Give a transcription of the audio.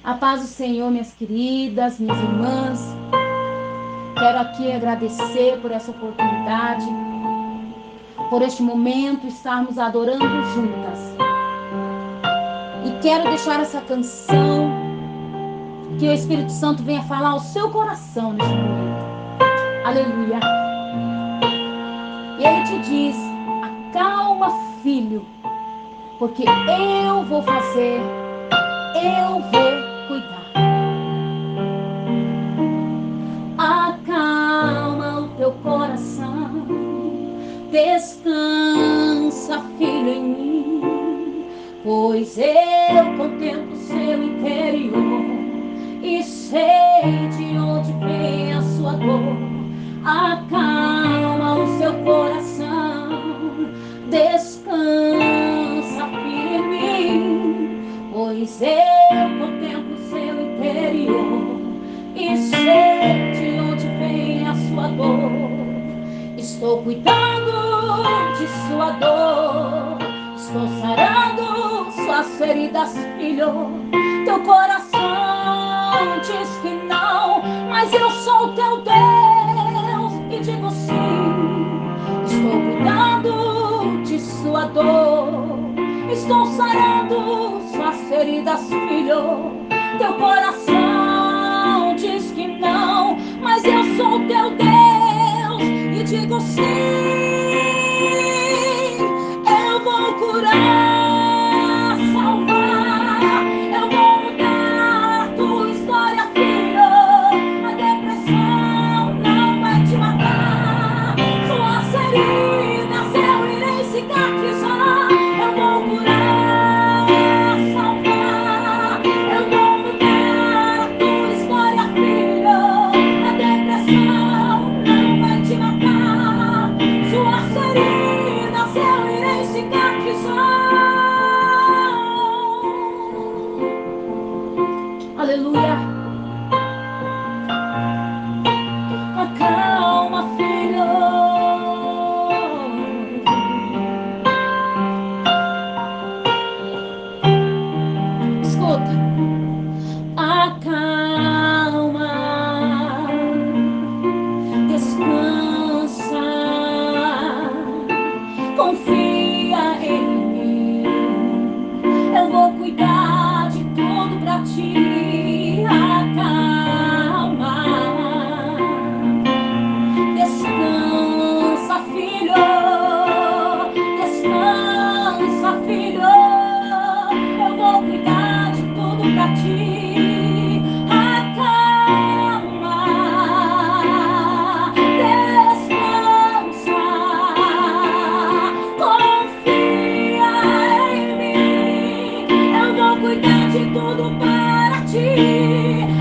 A paz do Senhor, minhas queridas, minhas irmãs. Quero aqui agradecer por essa oportunidade, por este momento estarmos adorando juntas. E quero deixar essa canção, que o Espírito Santo venha falar ao seu coração neste momento. Aleluia. E ele te diz: acalma, filho, porque eu vou fazer, eu vou cuidar. Acalma o teu coração, descansa, filho, em mim, pois eu contemplo seu interior e sei de onde vem a sua dor. Acalma o seu coração, descansa, filho, em mim, pois eu contemplo seu interior e sei de onde vem a sua dor. Estou cuidando de sua dor, estou sarando suas feridas, filho. Teu coração diz que não, mas eu sou teu Deus e digo sim. Estou cuidando de sua dor, estou sarando suas feridas, filho. Teu coração diz que não, mas eu sou teu Deus e digo sim. Eu vou curar, salvar, eu vou mudar a tua história, filho. A depressão não vai te matar, suas feridas eu irei cicatrizar. Eu vou curar, salvar, eu vou mudar a tua história, filho. A depressão não vai te matar, suas feridas eu irei cicatrizar. Aleluia. Acalma, filho. Escuta. Acalma, descansa, confia em mim. Eu vou cuidar de tudo pra ti. Acalma, descansa, filho. Descansa, filho. Eu vou cuidar de tudo pra ti. Acalma, descansa, confia em mim. Eu vou cuidar de tudo para ti.